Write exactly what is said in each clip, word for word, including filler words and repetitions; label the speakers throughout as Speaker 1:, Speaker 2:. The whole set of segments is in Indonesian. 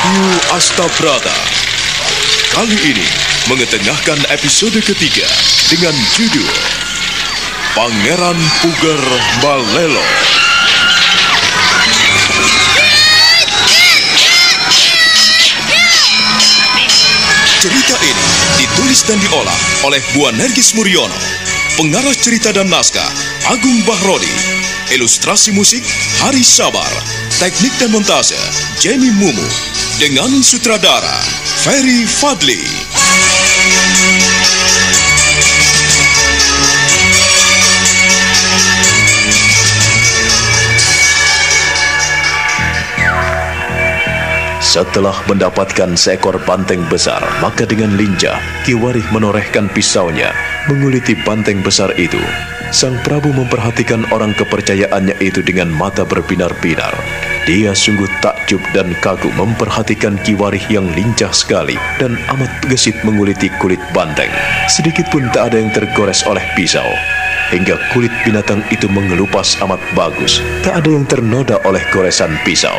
Speaker 1: Hiu Astabrata. Kali ini mengetengahkan episode ketiga dengan judul Pangeran Puger Balelo. Cerita ini ditulis dan diolah oleh Bu Nergis Muriono. Pengarah cerita dan naskah Agung Bahrodi. Ilustrasi musik Hari Sabar. Teknik dan montase Jenny Mumu. Dengan sutradara Ferry Fadli. Setelah mendapatkan seekor banteng besar, maka dengan lincah Ki Warih menorehkan pisaunya, menguliti banteng besar itu. Sang Prabu memperhatikan orang kepercayaannya itu dengan mata berbinar-binar. Dia sungguh takjub dan kagum memperhatikan Ki Warih yang lincah sekali dan amat gesit menguliti kulit banteng. Sedikit pun tak ada yang tergores oleh pisau. Hingga kulit binatang itu mengelupas amat bagus. Tak ada yang ternoda oleh goresan pisau.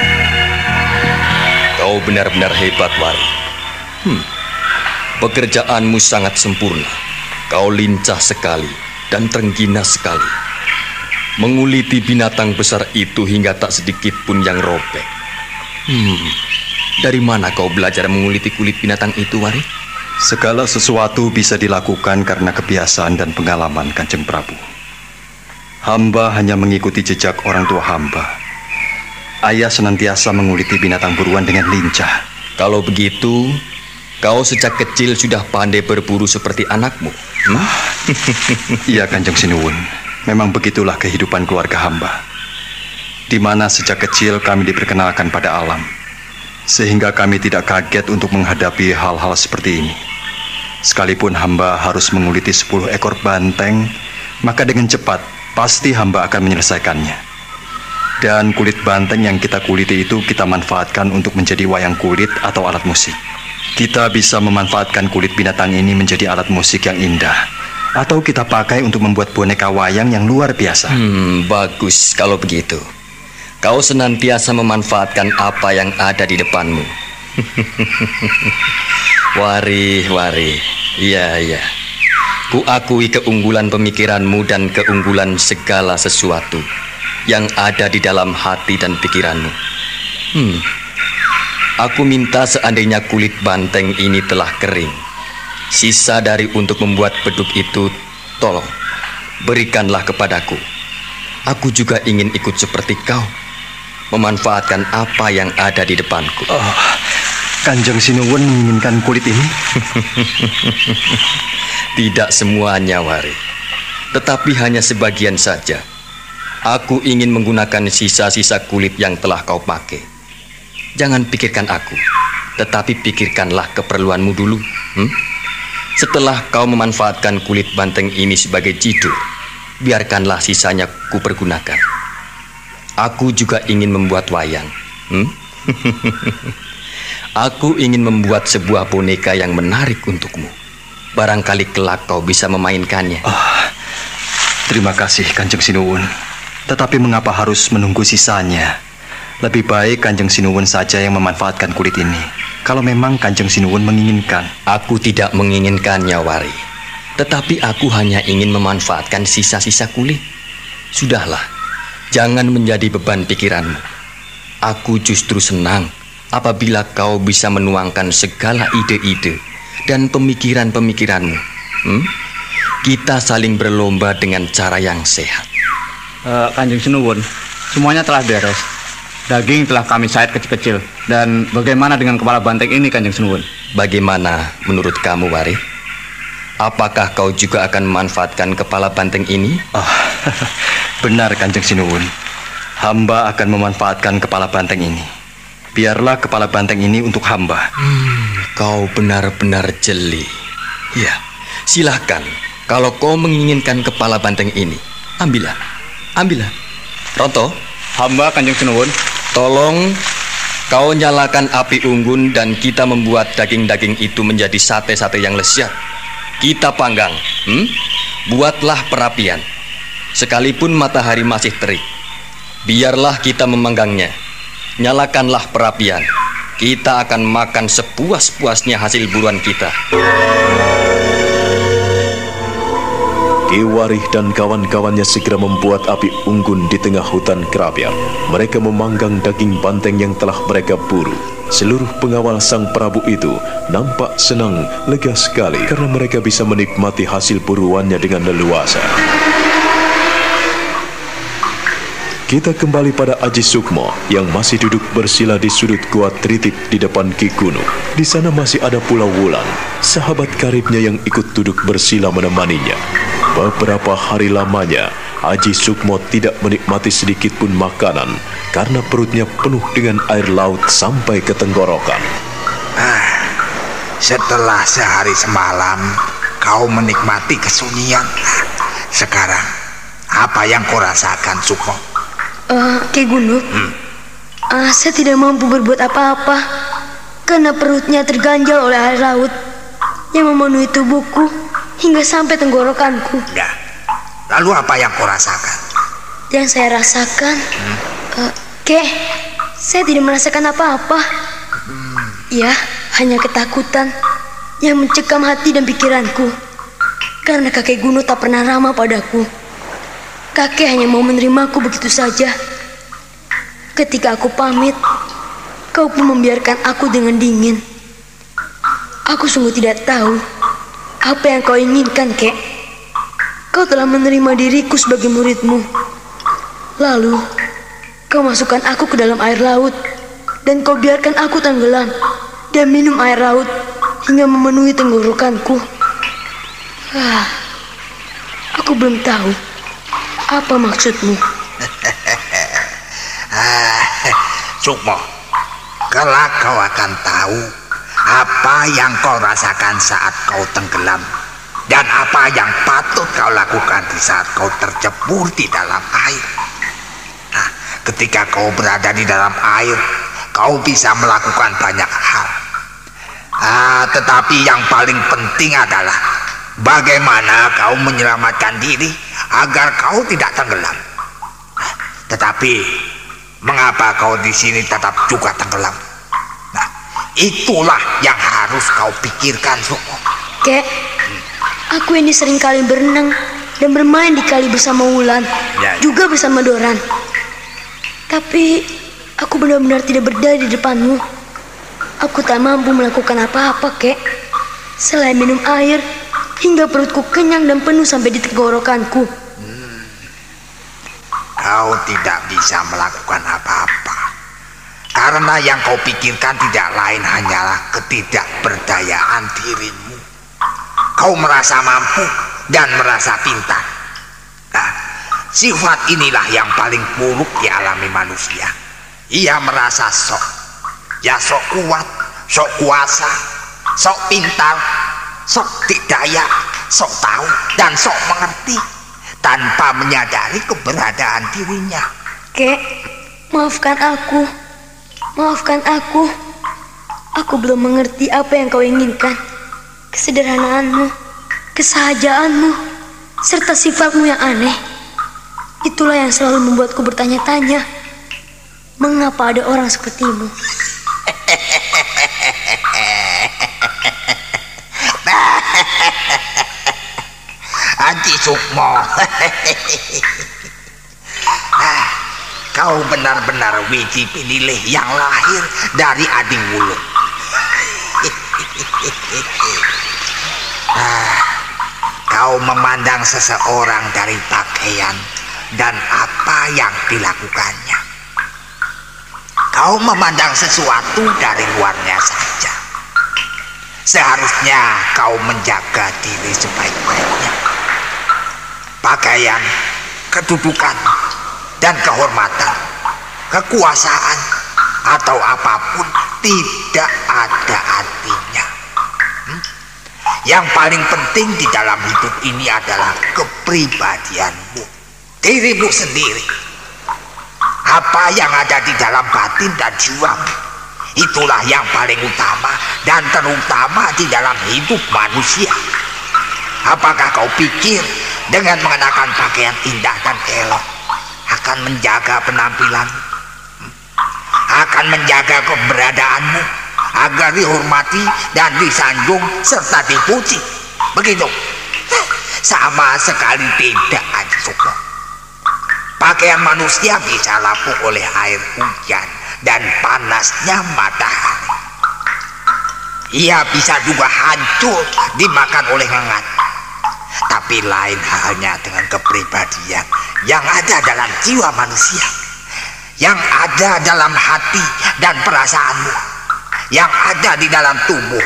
Speaker 2: Kau benar-benar hebat, Warih. Hmm, pekerjaanmu sangat sempurna. Kau lincah sekali dan terengginas sekali. Menguliti binatang besar itu hingga tak sedikit pun yang robek. Hmm, dari mana kau belajar menguliti kulit binatang itu, Warih?
Speaker 3: Segala sesuatu bisa dilakukan karena kebiasaan dan pengalaman, Kanjeng Prabu. Hamba hanya mengikuti jejak orang tua hamba. Ayah senantiasa menguliti binatang buruan dengan lincah.
Speaker 2: Kalau begitu, kau sejak kecil sudah pandai berburu seperti anakmu. Hmm?
Speaker 3: Iya, Kanjeng Sinuwun. Memang begitulah kehidupan keluarga hamba. Di mana sejak kecil kami diperkenalkan pada alam. Sehingga kami tidak kaget untuk menghadapi hal-hal seperti ini. Sekalipun hamba harus menguliti sepuluh ekor banteng, maka dengan cepat pasti hamba akan menyelesaikannya. Dan kulit banteng yang kita kuliti itu kita manfaatkan untuk menjadi wayang kulit atau alat musik. Kita bisa memanfaatkan kulit binatang ini menjadi alat musik yang indah. Atau kita pakai untuk membuat boneka wayang yang luar biasa.
Speaker 2: Hmm, bagus kalau begitu. Kau senantiasa memanfaatkan apa yang ada di depanmu. Warih, Warih. Iya, iya. Kuakui keunggulan pemikiranmu dan keunggulan segala sesuatu yang ada di dalam hati dan pikiranmu. Hmm, aku minta seandainya kulit banteng ini telah kering, sisa dari untuk membuat beduk itu, tolong berikanlah kepadaku. Aku juga ingin ikut seperti kau, memanfaatkan apa yang ada di depanku.
Speaker 3: Oh, Kanjeng Sinuwun menginginkan kulit ini?
Speaker 2: Tidak semuanya, Warih, tetapi hanya sebagian saja. Aku ingin menggunakan sisa-sisa kulit yang telah kau pakai. Jangan pikirkan aku, tetapi pikirkanlah keperluanmu dulu. Hmm? Setelah kau memanfaatkan kulit banteng ini sebagai jidur, biarkanlah sisanya kupergunakan. Aku juga ingin membuat wayang. Hmm? Aku ingin membuat sebuah boneka yang menarik untukmu. Barangkali kelak kau bisa memainkannya.
Speaker 3: Oh, terima kasih, Kanjeng Sinuwun. Tetapi mengapa harus menunggu sisanya? Lebih baik Kanjeng Sinuwun saja yang memanfaatkan kulit ini. Kalau memang Kanjeng Sinuwun menginginkan.
Speaker 2: Aku tidak menginginkannya, Warih. Tetapi aku hanya ingin memanfaatkan sisa-sisa kulit. Sudahlah, jangan menjadi beban pikiranmu. Aku justru senang apabila kau bisa menuangkan segala ide-ide dan pemikiran-pemikiranmu. Hmm? Kita saling berlomba dengan cara yang sehat.
Speaker 4: Uh, Kanjeng Sinuwun, semuanya telah beres. Daging telah kami sayat kecil-kecil. Dan bagaimana dengan kepala banteng ini, Kanjeng Sinuwun?
Speaker 2: Bagaimana menurut kamu, Warih? Apakah kau juga akan memanfaatkan kepala banteng ini?
Speaker 3: Oh, benar, Kanjeng Sinuwun. Hamba akan memanfaatkan kepala banteng ini. Biarlah kepala banteng ini untuk hamba.
Speaker 2: Hmm, kau benar-benar jeli. Ya, silahkan. Kalau kau menginginkan kepala banteng ini, ambillah. Ambillah. Ronto,
Speaker 4: hamba Kanjeng Sinuwun.
Speaker 2: Tolong kau nyalakan api unggun dan kita membuat daging-daging itu menjadi sate-sate yang lezat. Kita panggang. Hmm? Buatlah perapian. Sekalipun matahari masih terik, biarlah kita memanggangnya. Nyalakanlah perapian. kita akan makan sepuas-puasnya hasil buruan kita.
Speaker 1: Ki Warih dan kawan-kawannya segera membuat api unggun di tengah hutan kerapian. Mereka memanggang daging banteng yang telah mereka buru. Seluruh pengawal sang Prabu itu nampak senang, lega sekali karena mereka bisa menikmati hasil buruannya dengan leluasa. Kita kembali pada Aji Sukmo yang masih duduk bersila di sudut gua Tritip di depan Ki Gunung. Di sana masih ada pula Wulan, sahabat karibnya yang ikut duduk bersila menemaninya. Beberapa hari lamanya, Aji Sukmo tidak menikmati sedikit pun makanan karena perutnya penuh dengan air laut sampai ke tenggorokan.
Speaker 5: Ah, setelah sehari semalam kau menikmati kesunyian. Sekarang, apa yang kau rasakan, Sukmo?
Speaker 6: Uh, Ki Gunung, hmm. uh, saya tidak mampu berbuat apa-apa karena perutnya terganjal oleh air laut yang memenuhi tubuhku hingga sampai tenggorokanku.
Speaker 5: Ya. Lalu apa yang kau rasakan?
Speaker 6: Yang saya rasakan, hmm? uh, Kek, saya tidak merasakan apa-apa. Hmm. Ya, hanya ketakutan yang mencekam hati dan pikiranku karena kakek Gunung tak pernah ramah padaku. Kakek hanya mau menerimaku begitu saja. Ketika aku pamit, kau pun membiarkan aku dengan dingin. Aku sungguh tidak tahu apa yang kau inginkan, Kek. Kau telah menerima diriku sebagai muridmu. Lalu, kau masukkan aku ke dalam air laut, dan kau biarkan aku tenggelam dan minum air laut hingga memenuhi tenggorokanku. Ah, aku belum tahu apa maksudmu.
Speaker 5: ah, Sukmo, kelak kau akan tahu apa yang kau rasakan saat kau tenggelam dan apa yang patut kau lakukan di saat kau tercebur di dalam air. Nah, ketika kau berada di dalam air, kau bisa melakukan banyak hal. Ah, tetapi yang paling penting adalah bagaimana kau menyelamatkan diri agar kau tidak tenggelam. Tetapi mengapa kau di sini tetap juga tenggelam? Nah, itulah yang harus kau pikirkan, Sukmo.
Speaker 6: Kek, aku ini sering kali berenang dan bermain di kali bersama Wulan, ya, juga bersama Doran. Tapi aku benar-benar tidak berdaya di depanmu. Aku tak mampu melakukan apa-apa, Kek, selain minum air hingga perutku kenyang dan penuh sampai di tenggorokanku.
Speaker 5: Hmm. Kau tidak bisa melakukan apa-apa karena yang kau pikirkan tidak lain hanyalah ketidakberdayaan dirimu. Kau merasa mampu dan merasa pintar. Nah, sifat inilah yang paling buruk dialami manusia. Ia merasa sok, ya sok kuat, sok kuasa, sok pintar, sok dikdaya, sok tahu dan sok mengerti tanpa menyadari keberadaan dirinya.
Speaker 6: Kek, maafkan aku. Maafkan aku. Aku belum mengerti apa yang kau inginkan. Kesederhanaanmu, kesahajaanmu, serta sifatmu yang aneh. Itulah yang selalu membuatku bertanya-tanya, mengapa ada orang sepertimu?
Speaker 5: Aji Sukmo, ah, kau benar-benar wiji pinilih yang lahir dari Ading Wulung. ah, kau memandang seseorang dari pakaian dan apa yang dilakukannya. Kau memandang sesuatu dari luarnya saja. Seharusnya kau menjaga diri sebaik-baiknya. Pakaian, kedudukan, dan kehormatan, kekuasaan, atau apapun tidak ada artinya. Hmm? Yang paling penting di dalam hidup ini adalah kepribadianmu, dirimu sendiri. Apa yang ada di dalam batin dan jiwamu, itulah yang paling utama dan terutama di dalam hidup manusia. Apakah kau pikir dengan mengenakan pakaian indah dan elok akan menjaga penampilanmu, akan menjaga keberadaanmu, agar dihormati dan disanjung serta dipuji. Begitu? Sama sekali tidak, Haji Sukmo. Pakaian manusia bisa lapuk oleh air hujan dan panasnya matahari. Ia bisa juga hancur dimakan oleh lengan. Tapi lain halnya dengan kepribadian yang ada dalam jiwa manusia, yang ada dalam hati dan perasaanmu, yang ada di dalam tubuh,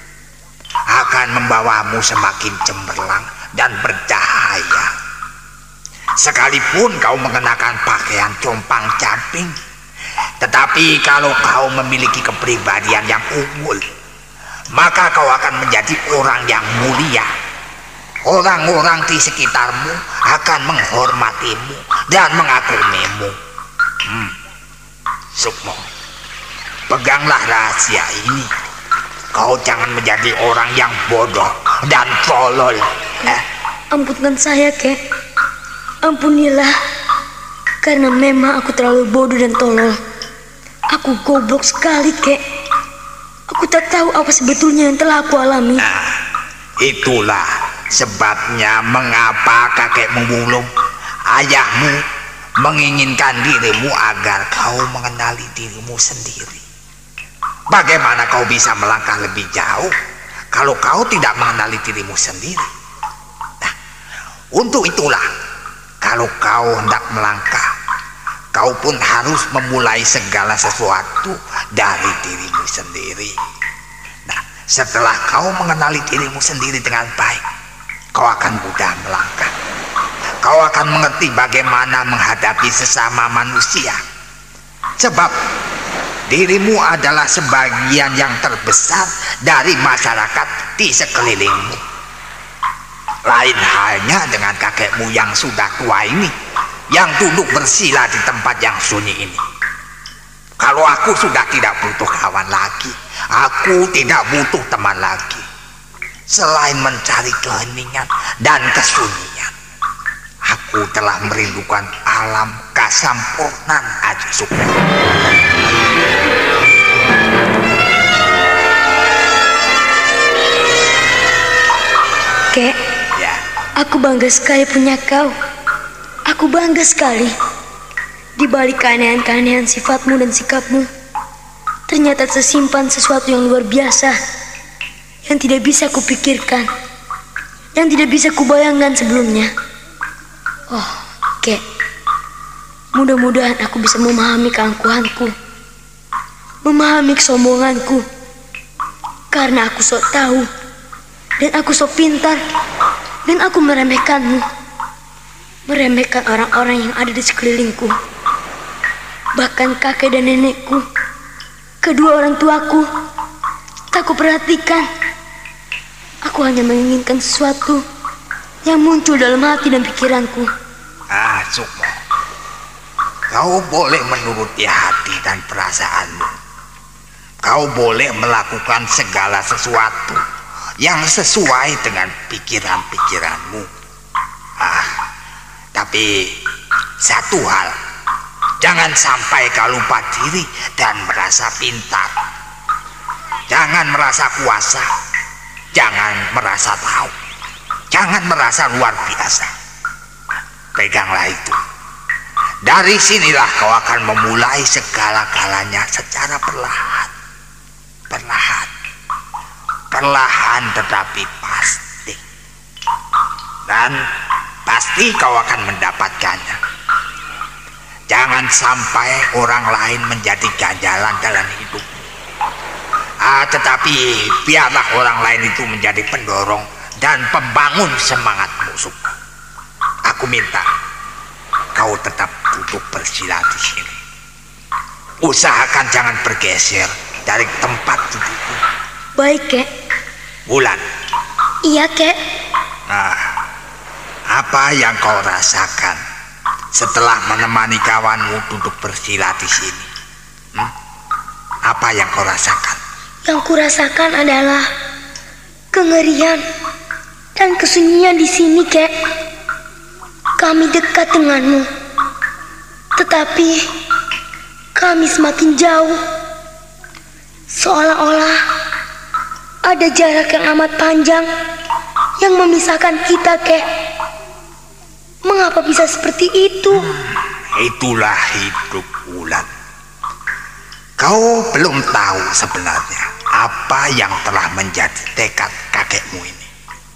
Speaker 5: akan membawamu semakin cemerlang dan bercahaya. Sekalipun kau mengenakan pakaian compang-camping, tetapi kalau kau memiliki kepribadian yang unggul, maka kau akan menjadi orang yang mulia. Orang-orang di sekitarmu akan menghormatimu dan mengagumimu. Hmm. Sukmo, peganglah rahasia ini. Kau jangan menjadi orang yang bodoh dan tolol. Eh?
Speaker 6: Ampunkan saya, Kek. Ampunilah. Karena memang aku terlalu bodoh dan tolol. Aku goblok sekali, Kek. Aku tak tahu apa sebetulnya yang telah aku alami.
Speaker 5: Nah, itulah sebabnya mengapa kakekmu Wulung, ayahmu, menginginkan dirimu agar kau mengenali dirimu sendiri. Bagaimana kau bisa melangkah lebih jauh kalau kau tidak mengenali dirimu sendiri? Nah, untuk itulah kalau kau hendak melangkah, kau pun harus memulai segala sesuatu dari dirimu sendiri. Nah, setelah kau mengenali dirimu sendiri dengan baik, kau akan mudah melangkah. Kau akan mengerti bagaimana menghadapi sesama manusia. Sebab dirimu adalah sebagian yang terbesar dari masyarakat di sekelilingmu. Lain halnya dengan kakekmu yang sudah tua ini, yang duduk bersila di tempat yang sunyi ini. Kalau aku sudah tidak butuh kawan lagi, aku tidak butuh teman lagi. Selain mencari keheningan dan kesunyian, aku telah merindukan alam kasampurnan Haji Sukmo.
Speaker 6: Kek,
Speaker 5: Ya,
Speaker 6: aku bangga sekali punya kau. Aku bangga sekali. Di balik keanehan-keanehan sifatmu dan sikapmu, ternyata tersimpan sesuatu yang luar biasa, yang tidak bisa kupikirkan, yang tidak bisa kubayangkan sebelumnya. Oh, Kek, mudah-mudahan aku bisa memahami keangkuhanku, memahami kesombonganku, karena aku sok tahu, dan aku sok pintar, dan aku meremehkanmu, meremehkan orang-orang yang ada di sekelilingku, bahkan kakek dan nenekku, kedua orang tuaku, tak kuperhatikan. Aku hanya menginginkan sesuatu yang muncul dalam hati dan pikiranku.
Speaker 5: ah Sukmo, kau boleh menuruti hati dan perasaanmu. Kau boleh melakukan segala sesuatu yang sesuai dengan pikiran-pikiranmu. Ah, tapi satu hal, jangan sampai kau lupa diri dan merasa pintar. Jangan merasa kuasa, jangan merasa tahu, jangan merasa luar biasa. Peganglah itu. Dari sinilah kau akan memulai segala-galanya secara perlahan, perlahan, perlahan tetapi pasti. Dan pasti kau akan mendapatkannya. Jangan sampai orang lain menjadi ganjalan dalam hidup. Ah, tetapi biarlah orang lain itu menjadi pendorong dan pembangun semangatmu, Sukmo. Aku minta kau tetap duduk bersila di sini. Usahakan jangan bergeser dari tempat dudukmu.
Speaker 6: Baik, Kek.
Speaker 5: Wulan.
Speaker 6: Iya, Kek.
Speaker 5: Nah, apa yang kau rasakan setelah menemani kawanmu duduk bersila di sini? Hmm? Apa yang kau rasakan?
Speaker 6: Yang kurasakan adalah kengerian dan kesunyian di sini, Kek. Kami dekat denganmu, tetapi kami semakin jauh. Seolah-olah ada jarak yang amat panjang yang memisahkan kita, Kek. Mengapa bisa seperti itu?
Speaker 5: Hmm, itulah hidup, Wulan. Kau belum tahu sebenarnya apa yang telah menjadi tekad kakekmu ini.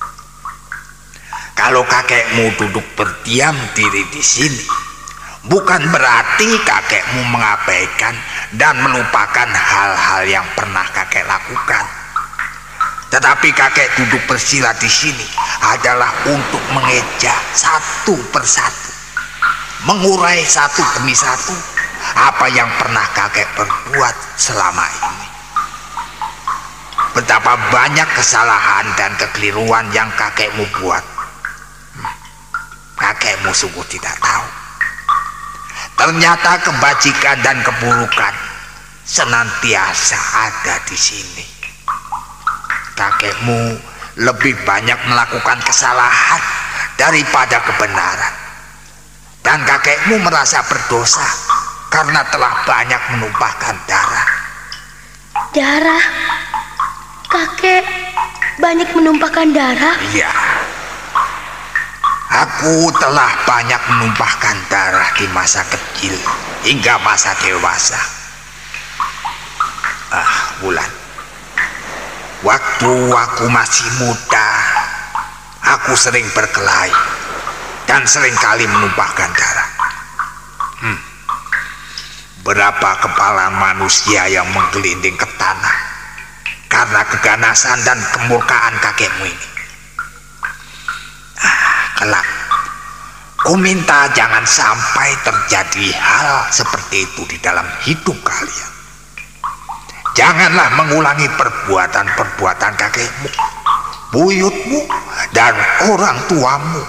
Speaker 5: Kalau kakekmu duduk berdiam diri di sini, bukan berarti kakekmu mengabaikan dan melupakan hal-hal yang pernah kakek lakukan. Tetapi kakek duduk bersila di sini adalah untuk mengeja satu persatu, mengurai satu demi satu apa yang pernah kakek perbuat selama ini. Betapa banyak kesalahan dan kekeliruan yang kakekmu buat. Hmm, kakekmu sungguh tidak tahu. Ternyata kebajikan dan keburukan senantiasa ada di sini. Kakekmu lebih banyak melakukan kesalahan daripada kebenaran. Dan kakekmu merasa berdosa karena telah banyak menumpahkan darah.
Speaker 6: Darah? Kakek banyak menumpahkan darah?
Speaker 5: Iya. Aku telah banyak menumpahkan darah di masa kecil hingga masa dewasa. Ah, Wulan. Waktu aku masih muda, aku sering berkelahi dan seringkali menumpahkan darah. Hmm. Berapa kepala manusia yang menggelinding ke tanah karena keganasan dan kemurkaan kakekmu ini. Ah, kelak, ku minta jangan sampai terjadi hal seperti itu di dalam hidup kalian. Janganlah mengulangi perbuatan-perbuatan kakekmu, buyutmu, dan orang tuamu.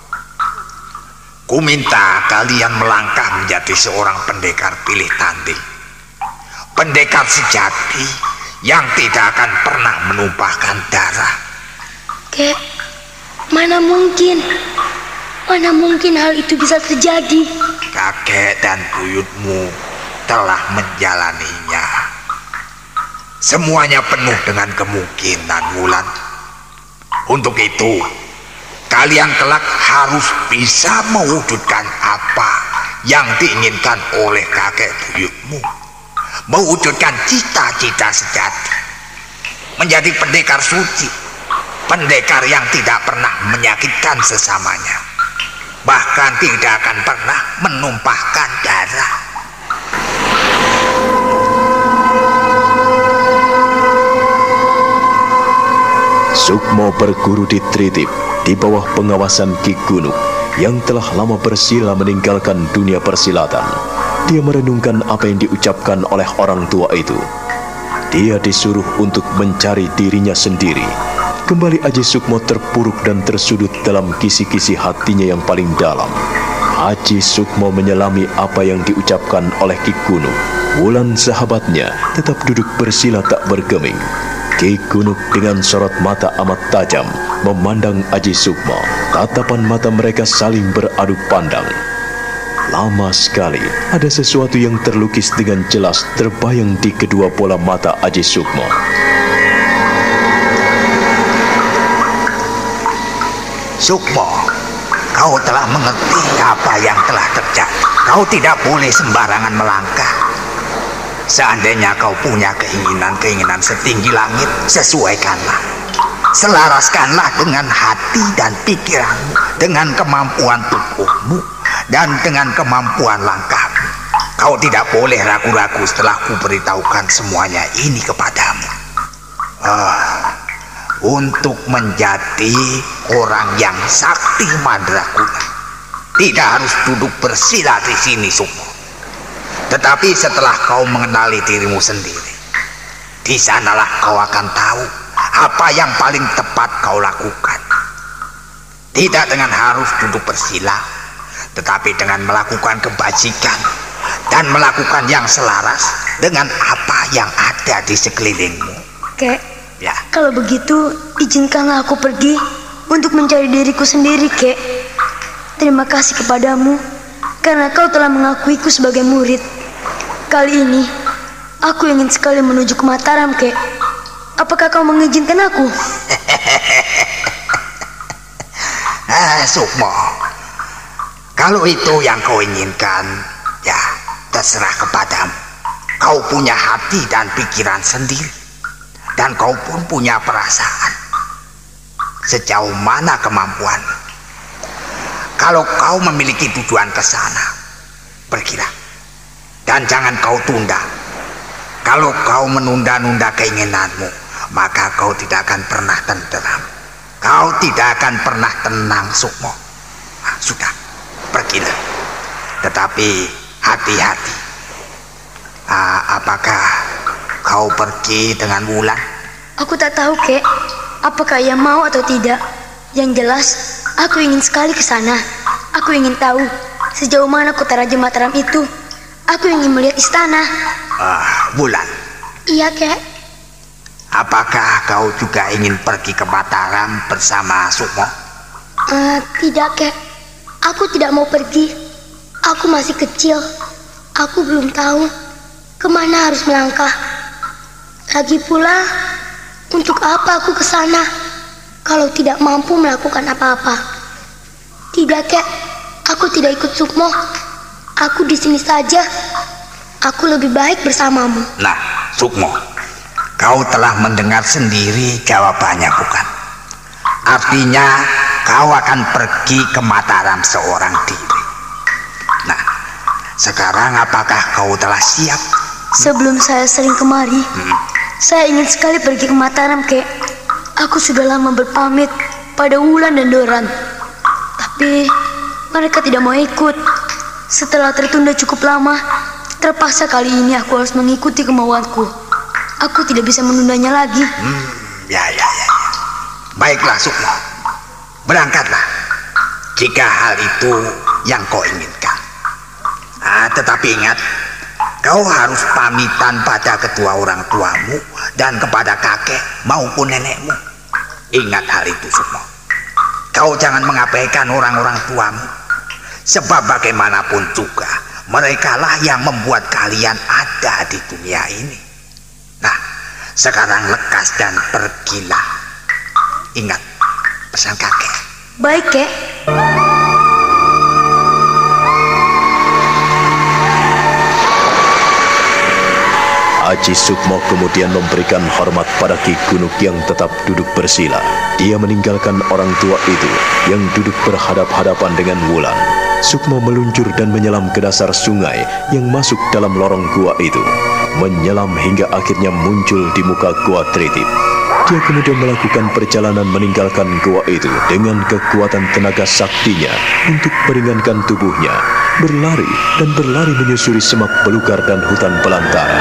Speaker 5: Ku minta kalian melangkah menjadi seorang pendekar pilih tanding, pendekar sejati yang tidak akan pernah menumpahkan darah.
Speaker 6: Kek, mana mungkin, mana mungkin hal itu bisa terjadi?
Speaker 5: Kakek dan buyutmu telah menjalaninya. Semuanya penuh dengan kemungkinan, Wulan. Untuk itu, kalian kelak harus bisa mewujudkan apa yang diinginkan oleh kakek buyutmu. Mewujudkan cita-cita sejati. Menjadi pendekar suci. Pendekar yang tidak pernah menyakitkan sesamanya. Bahkan tidak akan pernah menumpahkan darah.
Speaker 1: Sukmo berguru di Tritip di bawah pengawasan Ki Gunuk yang telah lama bersila meninggalkan dunia persilatan. Dia merenungkan apa yang diucapkan oleh orang tua itu. Dia disuruh untuk mencari dirinya sendiri. Kembali Aji Sukmo terpuruk dan tersudut dalam kisi-kisi hatinya yang paling dalam. Aji Sukmo menyelami apa yang diucapkan oleh Ki Gunuk. Wulan sahabatnya tetap duduk bersila tak bergeming. Ki Gunuk dengan sorot mata amat tajam memandang Aji Sukmo. Tatapan mata mereka saling beradu pandang. Lama sekali ada sesuatu yang terlukis dengan jelas terbayang di kedua bola mata Aji Sukmo.
Speaker 5: Sukmo, kau telah mengerti apa yang telah terjadi. Kau tidak boleh sembarangan melangkah. Seandainya kau punya keinginan-keinginan setinggi langit, sesuaikanlah. Selaraskanlah dengan hati dan pikiranmu, dengan kemampuan tubuhmu, dan dengan kemampuan langkahmu. Kau tidak boleh ragu-ragu setelah ku beritahukan semuanya ini kepadamu. Oh, untuk menjadi orang yang sakti mandraguna, tidak harus duduk bersila di sini, Sukmo. Tetapi setelah kau mengenali dirimu sendiri, di sanalah kau akan tahu apa yang paling tepat kau lakukan. Tidak dengan harus duduk bersila, tetapi dengan melakukan kebajikan dan melakukan yang selaras dengan apa yang ada di sekelilingmu.
Speaker 6: Kek,
Speaker 5: ya.
Speaker 6: Kalau begitu izinkanlah aku pergi untuk mencari diriku sendiri, Kek. Terima kasih kepadamu karena kau telah mengakuiku sebagai murid. Kali ini Aku ingin sekali menuju ke Mataram, Kek. Apakah kau mengizinkan aku?
Speaker 5: Ah, Sukmo. Kalau itu yang kau inginkan, ya terserah kepadamu. Kau punya hati dan pikiran sendiri. Dan kau pun punya perasaan. Sejauh mana kemampuan? Kalau kau memiliki tujuan ke sana, pergilah. Dan jangan kau tunda. Kalau kau menunda-nunda keinginanmu, maka kau tidak akan pernah tenteram. Kau tidak akan pernah tenang, Sukmo. Nah, sudah, pergilah. Tetapi hati-hati. Ah, apakah kau pergi dengan Wulan?
Speaker 6: Aku tak tahu, Kek. Apakah ia mau atau tidak? Yang jelas, aku ingin sekali ke sana. Aku ingin tahu sejauh mana kota Raja Mataram itu. Aku ingin melihat istana.
Speaker 5: Ah, Wulan.
Speaker 6: Iya, Kek.
Speaker 5: Apakah kau juga ingin pergi ke Mataram bersama Sukmo?
Speaker 6: Uh, tidak, Kek. Aku tidak mau pergi. Aku masih kecil. Aku belum tahu kemana harus melangkah. Lagi pula, untuk apa aku ke sana kalau tidak mampu melakukan apa-apa? Tidak, Kek. Aku tidak ikut Sukmo. Aku di sini saja. Aku lebih baik bersamamu.
Speaker 5: Nah, Sukmo, kau telah mendengar sendiri jawabannya, bukan? Artinya kau akan pergi ke Mataram seorang diri. Nah, sekarang apakah kau telah siap?
Speaker 6: Sebelum saya sering kemari, hmm. saya ingin sekali pergi ke Mataram, Kek. Aku sudah lama berpamit pada Wulan dan Doran, tapi mereka tidak mau ikut. Setelah tertunda cukup lama, terpaksa kali ini aku harus mengikuti kemauanku. Aku tidak bisa menundanya lagi.
Speaker 5: Hmm, ya, ya, ya. Baiklah, Sukmo. Berangkatlah. Jika hal itu yang kau inginkan. Ah, tetapi ingat, kau harus pamitan pada kedua orang tuamu dan kepada kakek maupun nenekmu. Ingat hal itu, Sukmo. Kau jangan mengabaikan orang-orang tuamu. Sebab bagaimanapun juga, merekalah yang membuat kalian ada di dunia ini. Nah, sekarang lekas dan pergilah. Ingat pesan kakek.
Speaker 6: Baik, Kek.
Speaker 1: Aji Sukmo kemudian memberikan hormat pada Ki Gunuk yang tetap duduk bersila. Dia meninggalkan orang tua itu yang duduk berhadap-hadapan dengan Wulan. Sukmo meluncur dan menyelam ke dasar sungai yang masuk dalam lorong gua itu. Menyelam hingga akhirnya muncul di muka gua Tritip. Dia kemudian melakukan perjalanan meninggalkan gua itu dengan kekuatan tenaga saktinya untuk meringankan tubuhnya, berlari dan berlari menyusuri semak belukar dan hutan belantara.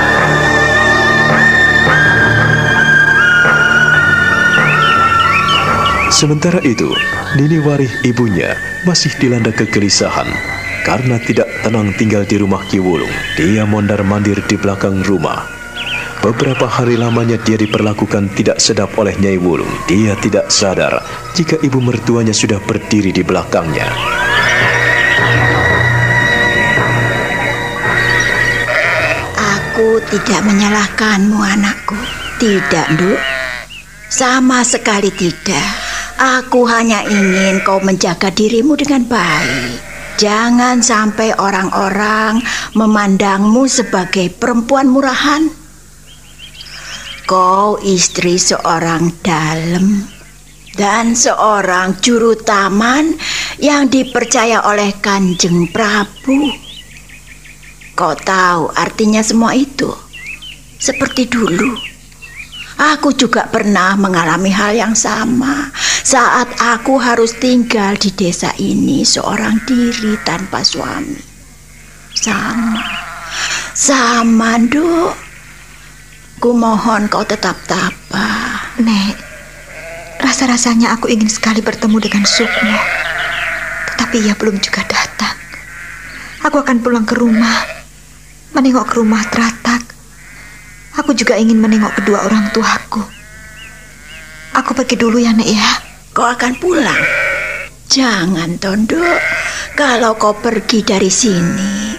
Speaker 1: Sementara itu, Nini Warih ibunya masih dilanda kegelisahan karena tidak tenang tinggal di rumah Ki Wulung. Dia mondar-mandir di belakang rumah. Beberapa hari lamanya dia diperlakukan tidak sedap oleh Nyai Wulung. Dia tidak sadar jika ibu mertuanya sudah berdiri di belakangnya.
Speaker 7: Aku tidak menyalahkanmu, anakku. Tidak, Nduk. Sama sekali tidak. Aku hanya ingin kau menjaga dirimu dengan baik. Jangan sampai orang-orang memandangmu sebagai perempuan murahan. Kau istri seorang dalem dan seorang juru taman yang dipercaya oleh Kanjeng Prabu. Kau tahu artinya semua itu? Seperti dulu, aku juga pernah mengalami hal yang sama saat aku harus tinggal di desa ini seorang diri tanpa suami. Sama, sama, Nduk. Ku mohon kau tetap tabah.
Speaker 8: Nek, rasa-rasanya aku ingin sekali bertemu dengan Sukmo, tetapi ia belum juga datang. Aku akan pulang ke rumah, menengok ke rumah Teratak. Aku juga ingin menengok kedua orang tuaku. Aku pergi dulu ya, Nek ya.
Speaker 7: Kau akan pulang? Jangan, Tondo. Kalau kau pergi dari sini,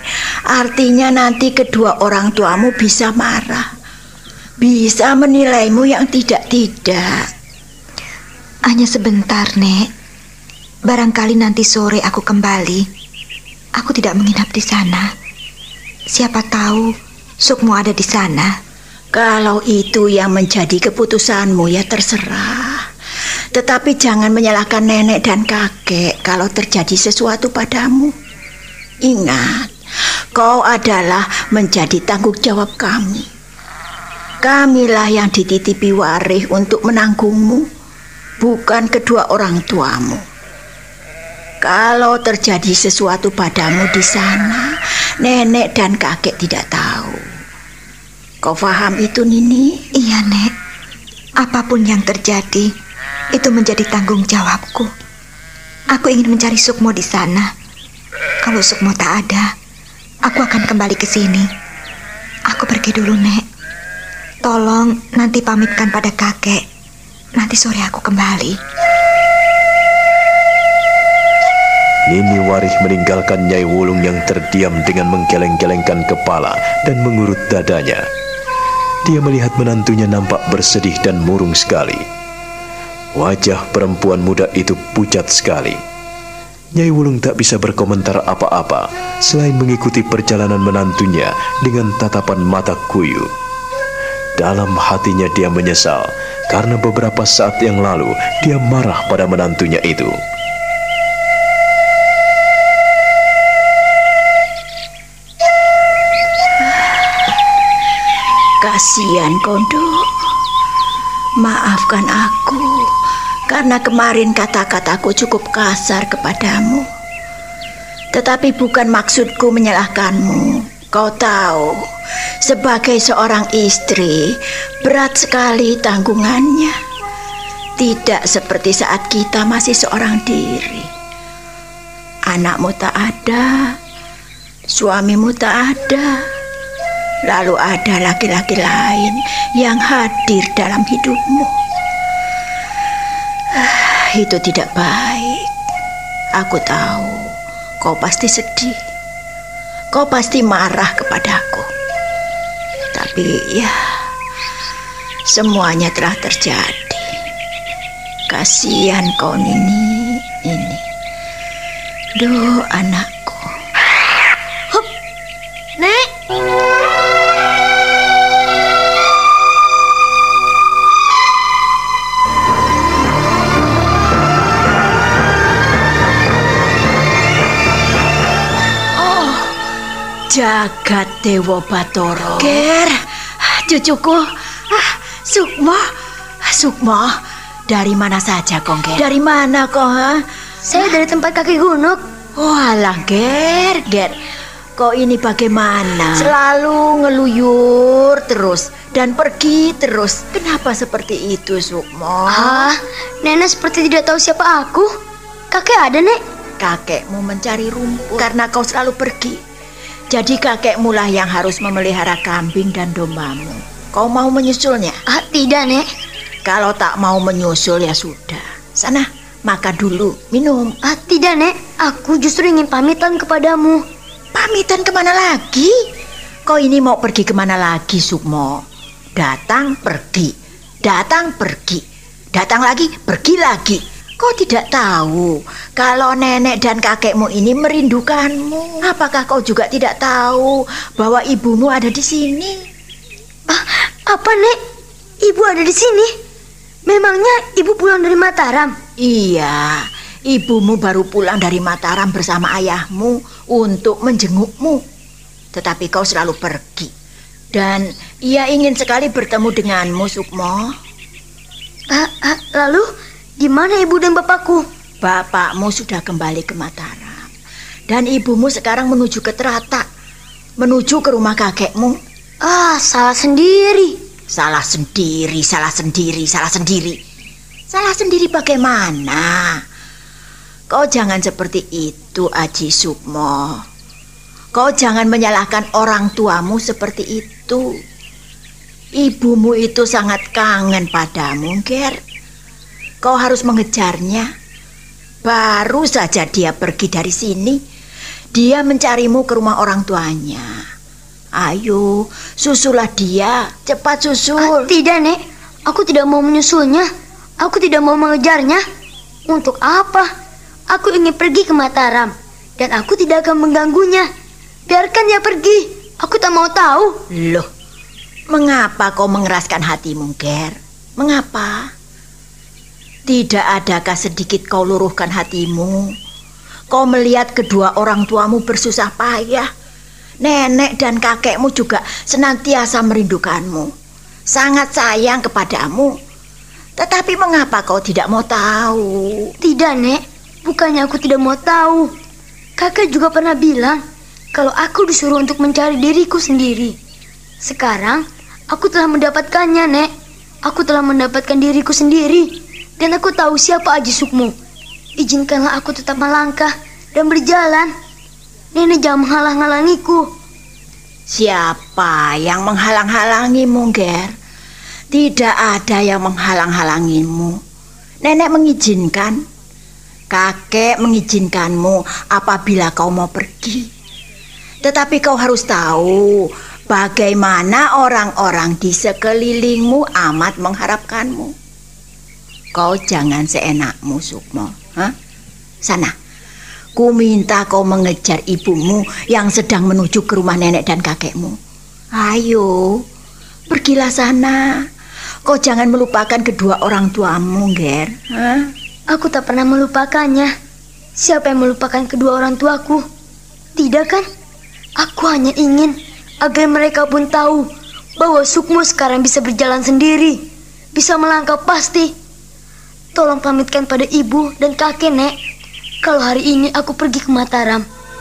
Speaker 7: Artinya nanti kedua orang tuamu bisa marah, bisa menilaimu yang tidak-tidak.
Speaker 8: Hanya sebentar, Nek. Barangkali nanti sore aku kembali. Aku tidak menginap di sana. Siapa tahu Sukmo ada di sana.
Speaker 7: Kalau itu yang menjadi keputusanmu ya terserah. Tetapi jangan menyalahkan nenek dan kakek kalau terjadi sesuatu padamu. Ingat, kau adalah menjadi tanggung jawab kami. Kamilah yang dititipi Warih untuk menanggungmu, bukan kedua orang tuamu. Kalau terjadi sesuatu padamu di sana, nenek dan kakek tidak tahu. Kau paham itu, Nini?
Speaker 8: Iya, Nek. Apapun yang terjadi, itu menjadi tanggung jawabku. Aku ingin mencari Sukmo di sana. Kalau Sukmo tak ada, aku akan kembali ke sini. Aku pergi dulu, Nek. Tolong nanti pamitkan pada kakek. Nanti sore aku kembali.
Speaker 1: Nini Warih meninggalkan Nyai Wulung yang terdiam dengan menggeleng-gelengkan kepala dan mengurut dadanya. Dia melihat menantunya nampak bersedih dan murung sekali. Wajah perempuan muda itu pucat sekali. Nyai Wulung tak bisa berkomentar apa-apa selain mengikuti perjalanan menantunya dengan tatapan mata kuyu. Dalam hatinya dia menyesal karena beberapa saat yang lalu dia marah pada menantunya itu.
Speaker 7: Kasihan Kondo. Maafkan aku karena kemarin kata-kataku cukup kasar kepadamu. Tetapi bukan maksudku menyalahkanmu. Kau tahu, sebagai seorang istri, berat sekali tanggungannya. Tidak seperti saat kita masih seorang diri. Anakmu tak ada, suamimu tak ada. Lalu ada laki-laki lain yang hadir dalam hidupmu. Ah, itu tidak baik. Aku tahu kau pasti sedih. Kau pasti marah kepadaku. Tapi ya, semuanya telah terjadi. Kasihan kau Nini ini. Duh, anakku.
Speaker 6: Hup, Nek.
Speaker 7: Jagat Dewa Batara. Ger, cucuku. Ah, Sukmo. Sukmo, dari mana saja kau, Ger? Dari mana kau, ha?
Speaker 6: Saya dari tempat kaki gunung.
Speaker 7: Oh, alah, Ger, Ger. Kau ini bagaimana? Selalu ngeluyur terus dan pergi terus. Kenapa seperti itu, Sukmo?
Speaker 6: Ah, nenek seperti tidak tahu siapa aku. Kakek ada, Nek?
Speaker 7: Kakekmu mencari rumput karena kau selalu pergi. Jadi kakekmu lah yang harus memelihara kambing dan dombamu. Kau mau menyusulnya?
Speaker 6: Ah, tidak, Nek.
Speaker 7: Kalau tak mau menyusul ya sudah. Sana, makan dulu, minum.
Speaker 6: Ah, tidak, Nek. Aku justru ingin pamitan kepadamu.
Speaker 7: Pamitan kemana lagi? Kau ini mau pergi kemana lagi, Sukmo? Datang, pergi. Datang, pergi. Datang lagi, pergi lagi. Kau tidak tahu kalau nenek dan kakekmu ini merindukanmu. Apakah kau juga tidak tahu bahwa ibumu ada di sini?
Speaker 6: Ah, apa, Nek? Ibu ada di sini? Memangnya ibu pulang dari Mataram?
Speaker 7: Iya, ibumu baru pulang dari Mataram bersama ayahmu untuk menjengukmu. Tetapi kau selalu pergi. Dan ia ingin sekali bertemu denganmu, Sukmo.
Speaker 6: Ah, ah, lalu di mana ibu dan bapakku?
Speaker 7: Bapakmu sudah kembali ke Mataram. Dan ibumu sekarang menuju ke Teratak. Menuju ke rumah kakekmu.
Speaker 6: Ah, salah sendiri.
Speaker 7: Salah sendiri, salah sendiri, salah sendiri. Salah sendiri bagaimana? Kau jangan seperti itu, Aji Sukmo. Kau jangan menyalahkan orang tuamu seperti itu. Ibumu itu sangat kangen padamu, Ger. Kau harus mengejarnya. Baru saja dia pergi dari sini, Dia mencarimu ke rumah orang tuanya. Ayo, susulah dia. Cepat susul.
Speaker 6: Ah, tidak, Nek. Aku tidak mau menyusulnya. Aku tidak mau mengejarnya. Untuk apa? Aku ingin pergi ke Mataram. Dan aku tidak akan mengganggunya. Biarkan dia pergi. Aku tak mau tahu.
Speaker 7: Loh, mengapa kau mengeraskan hatimu, Ger? Mengapa? Tidak adakah sedikit kau luruhkan hatimu? Kau melihat kedua orang tuamu bersusah payah. Nenek dan kakekmu juga senantiasa merindukanmu. Sangat sayang kepadamu. Tetapi mengapa kau tidak mau tahu?
Speaker 6: Tidak, Nek. Bukannya aku tidak mau tahu. Kakek juga pernah bilang kalau aku disuruh untuk mencari diriku sendiri. Sekarang aku telah mendapatkannya, Nek. Aku telah mendapatkan diriku sendiri. Dan aku tahu siapa Aji Sukmo. Izinkanlah aku tetap melangkah dan berjalan. Nenek jangan menghalang-halangiku.
Speaker 7: Siapa yang menghalang-halangimu, Ger? Tidak ada yang menghalang-halangimu. Nenek mengizinkan. Kakek mengizinkanmu apabila kau mau pergi. Tetapi kau harus tahu bagaimana orang-orang di sekelilingmu amat mengharapkanmu. Kau jangan seenakmu, Sukmo. Hah? Sana, ku minta kau mengejar ibumu yang sedang menuju ke rumah nenek dan kakekmu. Ayo, pergilah sana. Kau jangan melupakan kedua orang tuamu, Ger. Hah?
Speaker 6: Aku tak pernah melupakannya. Siapa yang melupakan kedua orang tuaku? Tidak kan? Aku hanya ingin agar mereka pun tahu bahwa Sukmo sekarang bisa berjalan sendiri. Bisa melangkah pasti. Tolong pamitkan pada ibu dan kakek, Nek. Kalau hari ini aku pergi ke Mataram.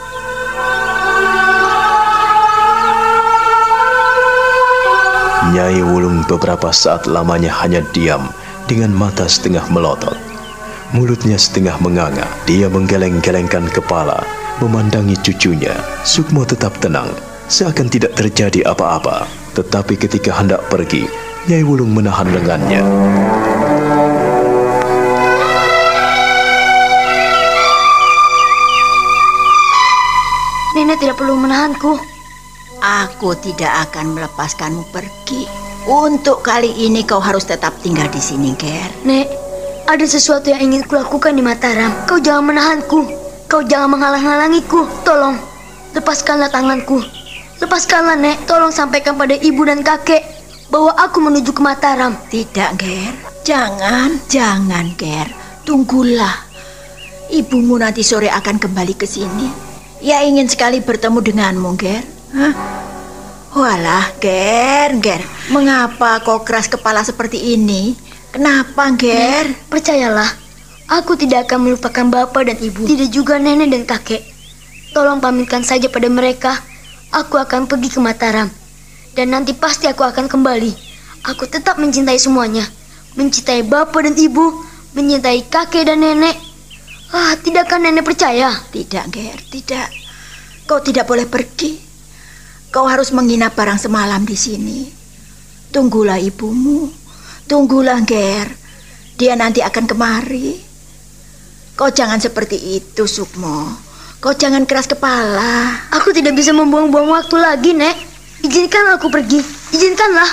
Speaker 1: Nyai Wulung beberapa saat lamanya hanya diam dengan mata setengah melotot. Mulutnya setengah menganga. Dia menggeleng-gelengkan kepala, memandangi cucunya. Sukmo tetap tenang, seakan tidak terjadi apa-apa. Tetapi ketika hendak pergi, Nyai Wulung menahan lengannya.
Speaker 6: Nenek tidak perlu menahanku.
Speaker 7: Aku tidak akan melepaskanmu pergi. Untuk kali ini kau harus tetap tinggal di sini, Ger.
Speaker 6: Nek, ada sesuatu yang ingin kulakukan di Mataram. Kau jangan menahanku. Kau jangan menghalang-halangiku. Tolong, lepaskanlah tanganku. Lepaskanlah, Nek. Tolong sampaikan pada ibu dan kakek bahwa aku menuju ke Mataram.
Speaker 7: Tidak, Ger. Jangan, jangan, Ger. Tunggulah. Ibumu nanti sore akan kembali ke sini. Ya ingin sekali bertemu denganmu, Ger. Hah? Walah, Ger, Ger. Mengapa kau keras kepala seperti ini? Kenapa, Ger?
Speaker 6: Nek, percayalah, aku tidak akan melupakan bapak dan ibu. Tidak juga nenek dan kakek. Tolong pamitkan saja pada mereka. Aku akan pergi ke Mataram. Dan nanti pasti aku akan kembali. Aku tetap mencintai semuanya. Mencintai bapak dan ibu. Mencintai kakek dan nenek. Ah, tidakkah nenek percaya?
Speaker 7: Tidak, Ger, tidak. Kau tidak boleh pergi. Kau harus menginap barang semalam di sini. Tunggulah ibumu. Tunggulah, Ger. Dia nanti akan kemari. Kau jangan seperti itu, Sukmo. Kau jangan keras kepala.
Speaker 6: Aku tidak bisa membuang-buang waktu lagi, Nek. Izinkanlah aku pergi. Izinkanlah.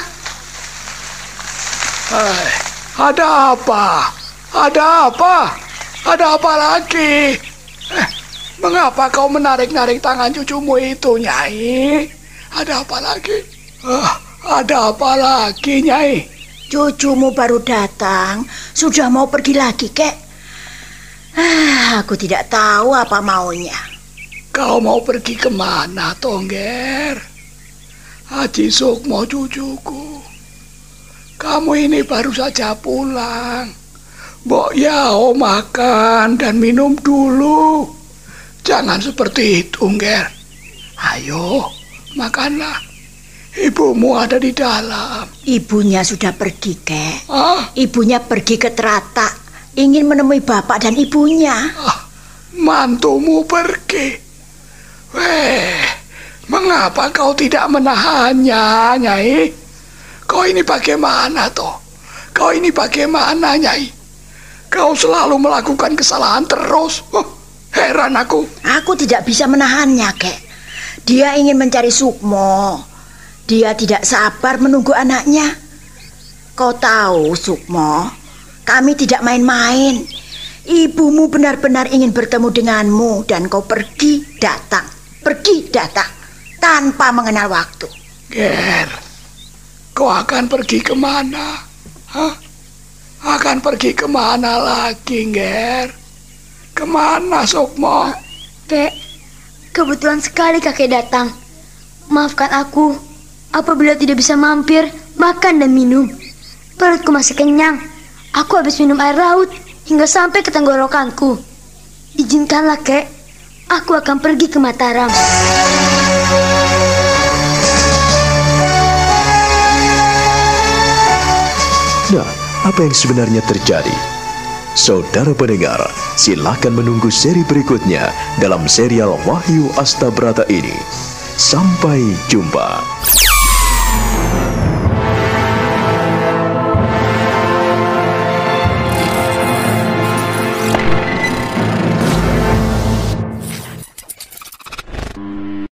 Speaker 5: Hai, ada apa? Ada apa? Ada apa lagi? Eh, mengapa kau menarik-narik tangan cucumu itu, Nyai? Ada apa lagi? Uh, ada apa lagi, Nyai?
Speaker 7: Cucumu baru datang, sudah mau pergi lagi, Kek. Ah, aku tidak tahu apa maunya.
Speaker 5: Kau mau pergi kemana, Tongger? Haji Sukmo cucuku. Kamu ini baru saja pulang. Mbok Yao makan dan minum dulu. Jangan seperti itu, Nger. Ayo, makanlah. Ibumu ada di dalam.
Speaker 7: Ibunya sudah pergi, Kek.
Speaker 5: Ah?
Speaker 7: Ibunya pergi ke Teratak, ingin menemui bapak dan ibunya.
Speaker 5: Ah, mantumu pergi. Weh, mengapa kau tidak menahannya, Nyai? Kau ini bagaimana, toh? Kau ini bagaimana, Nyai? Kau selalu melakukan kesalahan terus. Huh, Heran aku.
Speaker 7: Aku tidak bisa menahannya, Kek. Dia ingin mencari Sukmo. Dia tidak sabar menunggu anaknya. Kau tahu, Sukmo, kami tidak main-main. Ibumu benar-benar ingin bertemu denganmu dan kau pergi datang, pergi datang tanpa mengenal waktu.
Speaker 5: Ger, kau akan pergi kemana? Hah? Akan pergi kemana lagi, Ger? Kemana, Sukmo?
Speaker 6: Kek, kebetulan sekali kakek datang. Maafkan aku apabila tidak bisa mampir makan dan minum. Perutku masih kenyang. Aku habis minum air laut hingga sampai ke tenggorokanku. Izinkanlah, Kek. Aku akan pergi ke Mataram.
Speaker 1: Nah, apa yang sebenarnya terjadi? Saudara pendengar, silakan menunggu seri berikutnya dalam serial Wahyu Astabrata ini. Sampai jumpa.